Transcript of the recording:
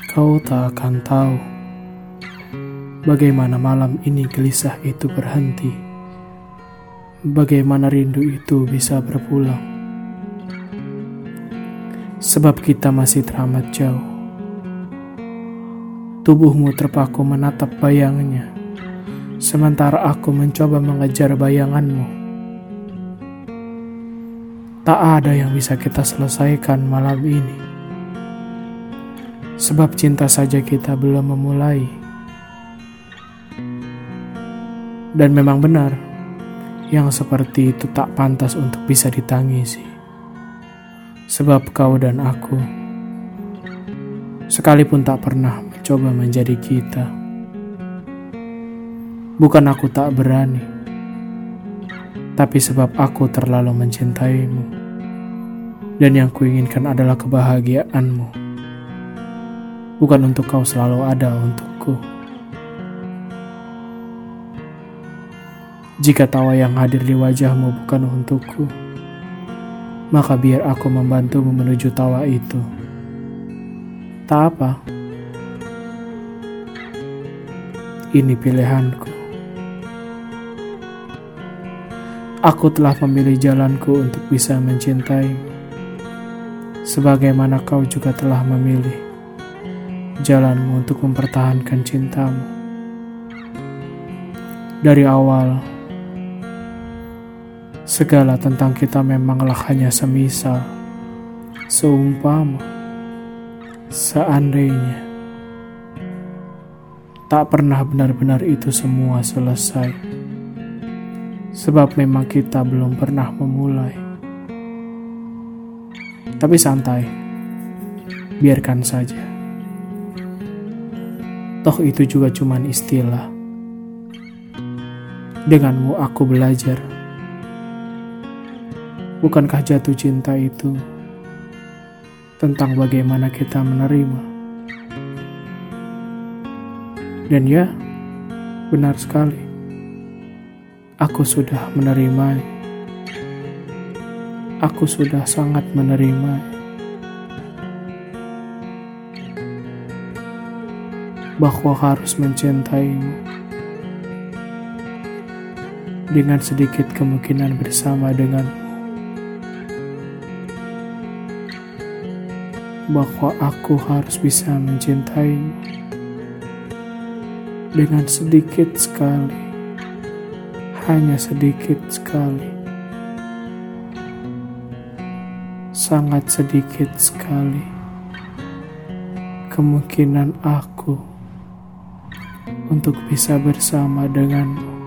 Kau tak akan tahu bagaimana malam ini gelisah itu berhenti, bagaimana rindu itu bisa berpulang. Sebab kita masih teramat jauh. Tubuhmu terpaku menatap bayangnya, sementara aku mencoba mengejar bayanganmu. Tak ada yang bisa kita selesaikan malam ini, sebab cinta saja kita belum memulai. Dan memang benar, yang seperti itu tak pantas untuk bisa ditangisi. Sebab kau dan aku, sekalipun tak pernah mencoba menjadi kita. Bukan aku tak berani, tapi sebab aku terlalu mencintaimu. Dan yang kuinginkan adalah kebahagiaanmu, bukan untuk kau selalu ada untukku. Jika tawa yang hadir di wajahmu bukan untukku, maka biar aku membantumu menuju tawa itu. Tak apa, ini pilihanku. Aku telah memilih jalanku untuk bisa mencintaimu, sebagaimana kau juga telah memilih jalanmu untuk mempertahankan cintamu. Dari awal, segala tentang kita memanglah hanya semisal, seumpama, seandainya. Tak pernah benar-benar itu semua selesai, sebab memang kita belum pernah memulai. Tapi santai, biarkan saja. Toh itu juga cuman istilah. Denganmu aku belajar. Bukankah jatuh cinta itu tentang bagaimana kita menerima? Dan ya, benar sekali. Aku sudah menerimanya. Aku sudah sangat menerima. Bahwa harus mencintaimu dengan sedikit kemungkinan bersama denganmu. Bahwa aku harus bisa mencintaimu dengan sedikit sekali, hanya sedikit sekali. Sangat sedikit sekali kemungkinan aku untuk bisa bersama denganmu.